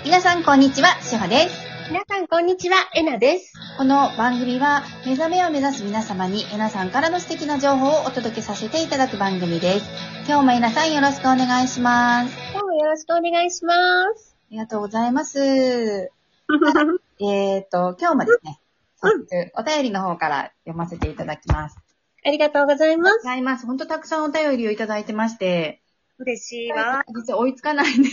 皆さんこんにちは、しほです。 皆さんこんにちは、えなです。 この番組は目覚めを目指す皆様にえなさんからの素敵な情報をお届けさせていただく番組です。今日もえなさんよろしくお願いします。 今日もよろしくお願いします。 ありがとうございます。今日もですね、早速お便りの方から読ませていただきます。 ありがとうございます。 ございます。本当たくさんお便りをいただいてまして、 嬉しいわ。 実は追いつかないんです。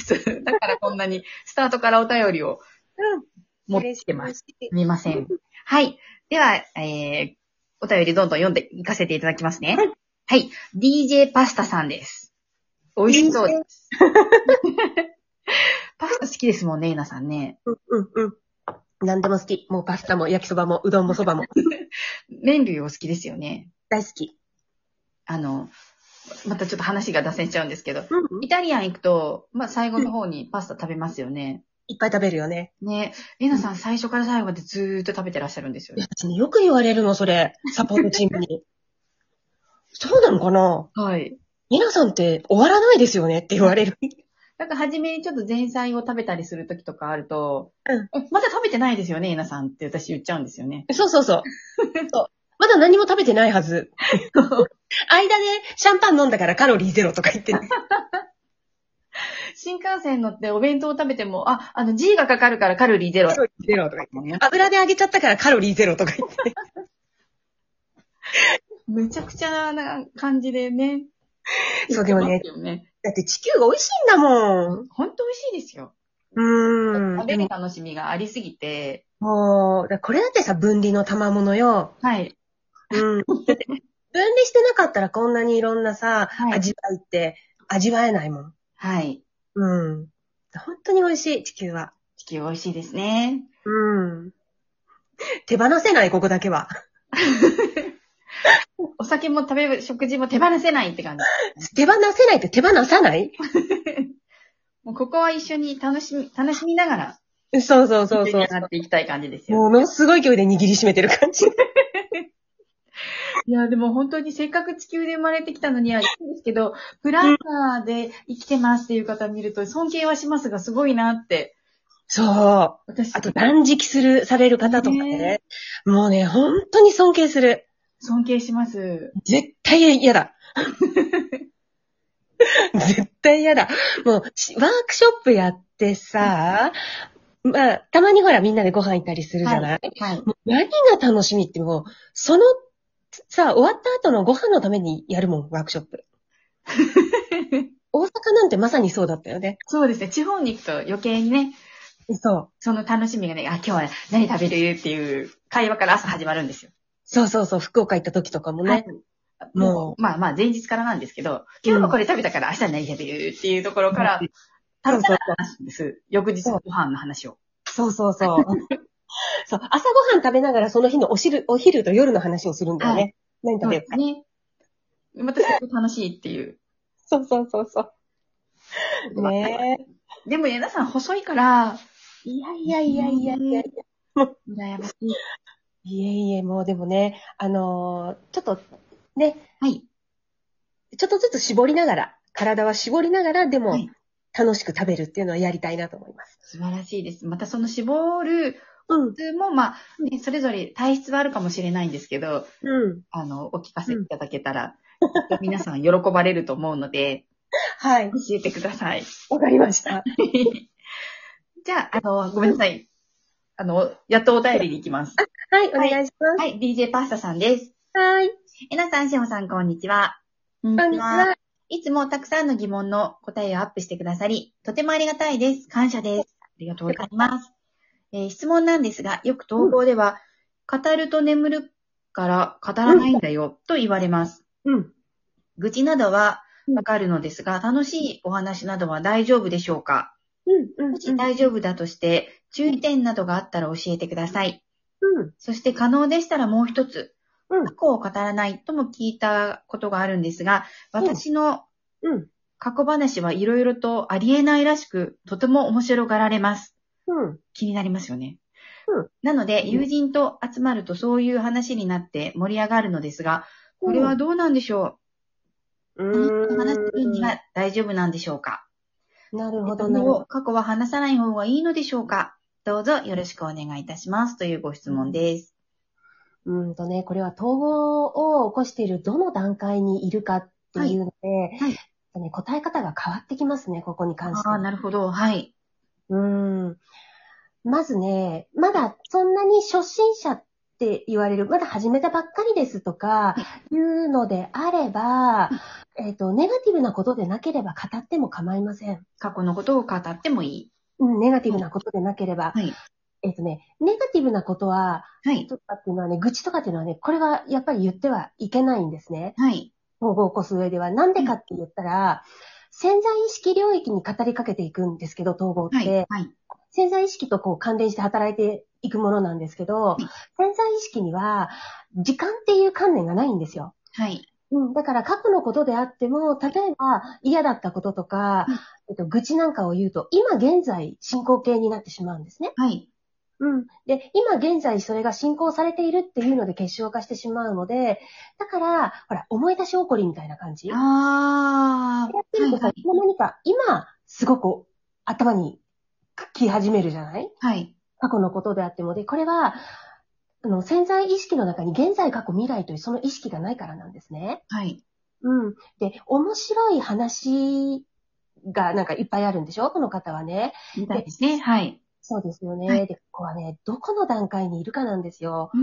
だからこんなにスタートからお便りを持ってきてます。すみません。はい。では、お便りどんどん読んでいかせていただきますね。はい。DJ パスタさんです。美味しそうです。パスタ好きですもんね、えなさんね。 何でも好き。もうパスタも焼きそばもうどんもそばも。 麺類お好きですよね。 大好き。 またちょっと話が脱線しちゃうんですけど、イタリアン行くと、最後の方にパスタ食べますよね。 いっぱい食べるよね。 ね。えなさん最初から最後までずーっと食べてらっしゃるんですよね。 よく言われるの、それ。サポートチームに。そうなのかな？ はい。 えなさんって終わらないですよねって言われる。 なんか初めにちょっと前菜を食べたりするときとかあると、 うんまだ食べてないですよね、えなさんって私言っちゃうんですよね。 そう。まだ何も食べてないはず。間でシャンパン飲んだからカロリーゼロとか言ってね。 新幹線乗ってお弁当を食べても、G がかかるからカロリーゼロ。 カロリーゼロとか言ってね。油で揚げちゃったからカロリーゼロとか言ってね。 めちゃくちゃな感じでね。 そうでもね、だって地球が美味しいんだもん。 ほんと美味しいですよ。食べる楽しみがありすぎて。 もう、これだってさ、分離の賜物よ。 はい。 分離してなかったらこんなにいろんなさ、 はい、 味わいって味わえないもん。 はい。 本当に美味しい、地球は。 地球美味しいですね。 手放せない、ここだけは。 お酒も食事も手放せないって感じ。 手放せないって手放さないもうここは一緒に楽しみながら。 そう。 やっていきたい感じですよ。 ものすごい勢いで握りしめてる感じ。 いや、でも本当にせっかく地球で生まれてきたのにはいいんですけど、プランナーで生きてますっていう方を見ると尊敬はしますがすごいなって。 そう。あと断食される方とかね。もうね、本当に尊敬する。 尊敬します。 絶対嫌だ。絶対嫌だ。もう、ワークショップやってさ、たまにほらみんなでご飯行ったりするじゃない？ はい。 もう何が楽しみってもう、その、さ、終わった後のご飯のためにやるもん、ワークショップ。大阪なんてまさにそうだったよね。 そうですね。地方に行くと余計にね、その楽しみがね、今日は何食べるっていう会話から朝始まるんですよ。 そう。福岡行った時とかもね。 もう、前日からなんですけど、今日はこれ食べたから明日何食べるっていうところから、食べたら話すんです。翌日のご飯の話を。 そう。そう、朝ごはん食べながらその日のお昼と夜の話をするんだよね。はい、何食べようかね。 またすごく楽しいっていう。 そう。ねえ。 でも、皆さん細いから、 いや。羨ましい。いえ、もうでもね、ちょっとね、 はい。 ちょっとずつ体は絞りながら、でも、楽しく食べるっていうのはやりたいなと思います。 素晴らしいです。またその絞る、もそれぞれ体質はあるかもしれないんですけど、お聞かせいただけたら、皆さん喜ばれると思うので、 はい。 教えてください。 わかりました。 じゃあ、ごめんなさい。やっとお便りに行きます。 はい、お願いします。 はい、DJ パスタさんです。 はい。 えなさん、しほさん、こんにちは。 こんにちは。 いつもたくさんの疑問の答えをアップしてくださり、とてもありがたいです。感謝です。ありがとうございます。質問なんですが、よく投稿では、語ると眠るから語らないんだよ、と言われます。愚痴などはわかるのですが、楽しいお話などは大丈夫でしょうか？もし大丈夫だとして、注意点などがあったら教えてください。そして可能でしたらもう一つ、過去を語らないとも聞いたことがあるんですが、私の過去話はいろいろとありえないらしく、とても面白がられます。気になりますよね。なので、友人と集まるとそういう話になって盛り上がるのですが、これはどうなんでしょう？話するには大丈夫なんでしょうか？ なるほど、なるほど。 過去は話さない方がいいのでしょうか？どうぞよろしくお願いいたします。というご質問です。 これは統合を起こしているどの段階にいるかっていうので、 はい。 答え方が変わってきますね、ここに関してああ、 は。 なるほど。はい。 まずね、まだそんなに初心者って言われる、まだ始めたばっかりですとか、いうのであれば、ネガティブなことでなければ語っても構いません。 過去のことを語ってもいい。 ネガティブなことでなければ。 はい。 ネガティブなことは、 はい。 とかっていうのはね、愚痴とかっていうのはね、これはやっぱり言ってはいけないんですね。 はい。 統合を起こす上では。なんでかって言ったら、潜在意識領域に語りかけていくんですけど、統合って。 はい。 潜在意識とこう関連して働いていくものなんですけど、潜在意識には時間っていう観念がないんですよ。 はい。 だから過去のことであっても、例えば嫌だったこととか、愚痴なんかを言うと、今現在進行形になってしまうんですね。 はい。 で、今現在それが進行されているっていうので結晶化してしまうので、だから、ほら、思い出し起こりみたいな感じ。 ああ。 やってるとさ、何か、今、すごく頭に来始めるじゃない？ はい。 過去のことであっても。で、これは、潜在意識の中に現在、過去、未来というその意識がないからなんですね。 はい。 で、面白い話がなんかいっぱいあるんでしょ？この方はね。 みたいですね。はい。 そうですよね。 はいで、ここはね、どこの段階にいるかなんですよ。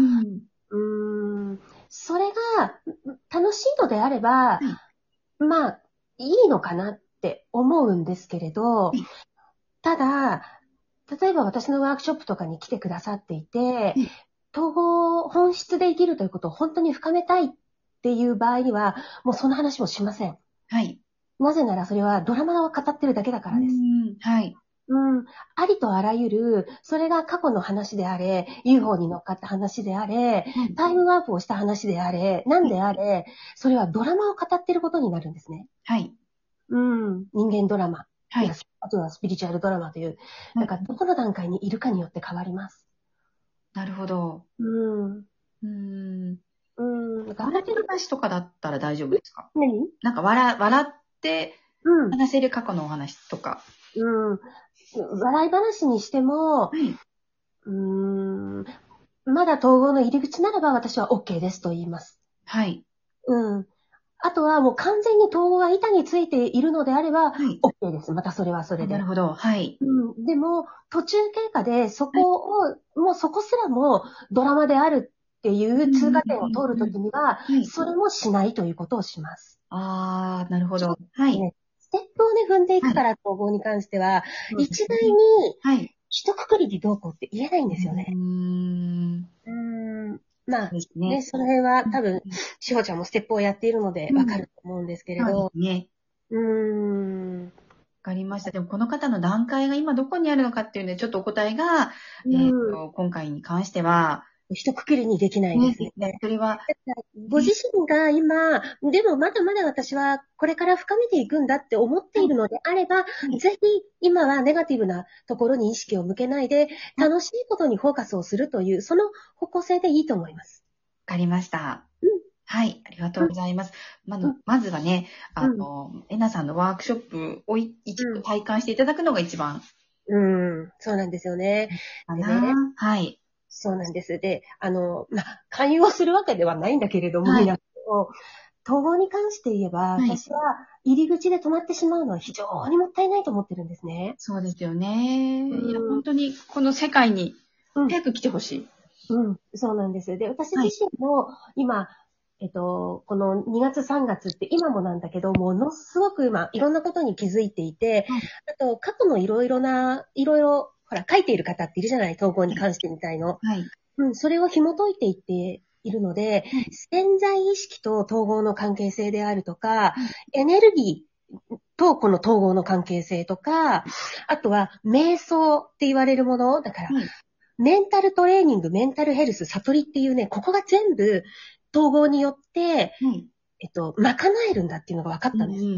それが楽しいのであれば、まあ、いいのかなって思うんですけれど、ただ、例えば私のワークショップとかに来てくださっていて、統合本質で生きるということを本当に深めたいっていう場合には、もうその話もしません。 はい。 なぜならそれはドラマを語ってるだけだからです。 はい。 ありとあらゆる、それが過去の話であれ、UFO に乗っかった話であれ、タイムワープをした話であれ、何であれ、それはドラマを語ってることになるんですね。 はい。 人間ドラマ。 はい。 あとはスピリチュアルドラマという、だからどこの段階にいるかによって変わります。 なるほど。笑ってる話とかだったら大丈夫ですか？ 何？ なんか笑って話せる過去のお話とか。 笑い話にしても、まだ統合の入り口ならば私は OK ですと言います。 はい。 あとはもう完全に統合が板についているのであれば、OK です。またそれはそれで。 なるほど。はい。 でも、途中経過でそこを、もうそこすらもドラマであるっていう通過点を通るときには、それもしないということをします。 ああ、なるほど。はい。 ステップをね、踏んでいくから、統合に関しては、一概に、一括りでどうこうって言えないんですよね。まあ、ね、その辺は多分、しほちゃんもステップをやっているのでわかると思うんですけれど。 わかりました。でもこの方の段階が今どこにあるのかっていうので、ちょっとお答えが、今回に関しては、 一括りにできないですね。 それは、 ご自身が今、でもまだまだ私はこれから深めていくんだって思っているのであれば、ぜひ今はネガティブなところに意識を向けないで、楽しいことにフォーカスをするという、その方向性でいいと思います。 わかりました。はい、ありがとうございます。まずはね、えなさんのワークショップを一度体感していただくのが一番。 そうなんですよね。 はい。 そうなんです。で、勧誘をするわけではないんだけれども、皆さんを、統合に関して言えば、私は入り口で止まってしまうのは非常にもったいないと思ってるんですね。 そうですよね。いや、本当にこの世界に早く来てほしい。 そうなんです。で、私自身も今、この2月3月って今もなんだけど、ものすごく今、いろんなことに気づいていて、あと、過去のいろいろ、ほら、書いている方っているじゃない？統合に関してみたいの。それを紐解いていっているので、潜在意識と統合の関係性であるとか、エネルギーとこの統合の関係性とか、あとは瞑想って言われるもの、だから、メンタルトレーニング、メンタルヘルス、悟りっていうね、ここが全部統合によって、賄えるんだっていうのが分かったんです。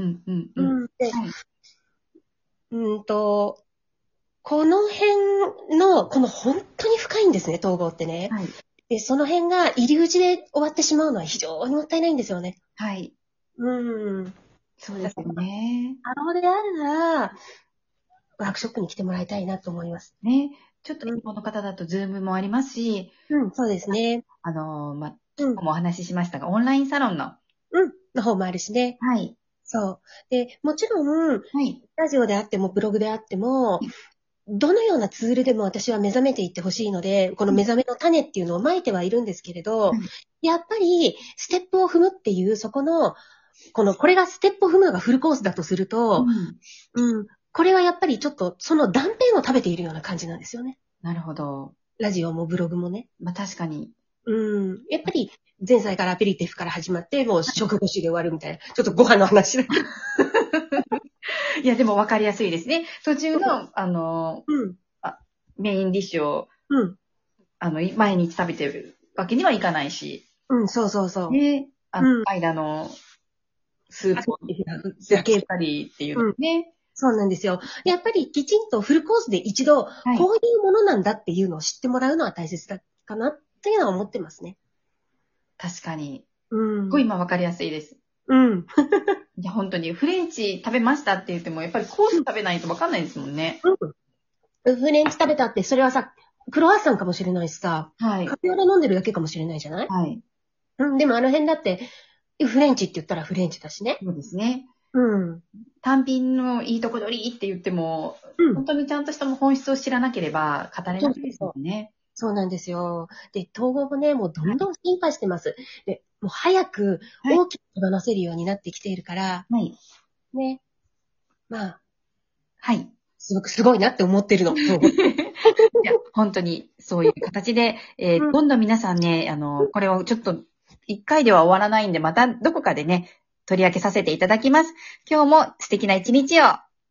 この辺の、この本当に深いんですね、統合ってね。で、その辺が入り口で終わってしまうのは非常にもったいないんですよね。 そうですよね。 可能であるなら、ワークショップに来てもらいたいなと思います。 ね。ちょっと日本の方だとズームもありますし、 うん、そうですね。 今日もお話ししましたが、オンラインサロンの。 の方もあるしね。 はい。 そう。で、もちろん、 はい。 ラジオであっても、ブログであっても、どのようなツールでも私は目覚めていってほしいので、この目覚めの種っていうのをまいてはいるんですけれど、やっぱり、ステップを踏むっていう、そこの、これがステップを踏むのがフルコースだとすると、これはやっぱりちょっと、その断片を食べているような感じなんですよね。 なるほど。 ラジオもブログもね。 確かに。 やっぱり、前菜からアペリティフから始まって、もう食後酒で終わるみたいな。ちょっとご飯の話だけど。 いや、でも分かりやすいですね。途中の、メインディッシュを、毎日食べてるわけにはいかないし。 そうそうそう。 ね。間のスープをだけたりっていうのね。 そうなんですよ。やっぱりきちんとフルコースで一度、こういうものなんだっていうのを知ってもらうのは大切だかなっていうのは思ってますね。 確かに。すごい今分かりやすいです。いや、本当にフレンチ食べましたって言っても、やっぱりコース食べないと分かんないですもんね。 フレンチ食べたって、それはさ、クロワッサンかもしれないしさ、 カフェオレ飲んでるだけかもしれないじゃない？でもあの辺だって、フレンチって言ったらフレンチだしね。 そうですね。単品のいいとこ取りって言っても、本当にちゃんとした本質を知らなければ語れないですもんね。 そうなんですよ。で、統合もね、もうどんどん進化してます。で、もう早く大きく手放せるようになってきているから、ね。すごいなって思ってるの。いや、本当にそういう形で、どんどん皆さんね、これをちょっと一回では終わらないんで、またどこかでね、取り上げさせていただきます。今日も素敵な一日を。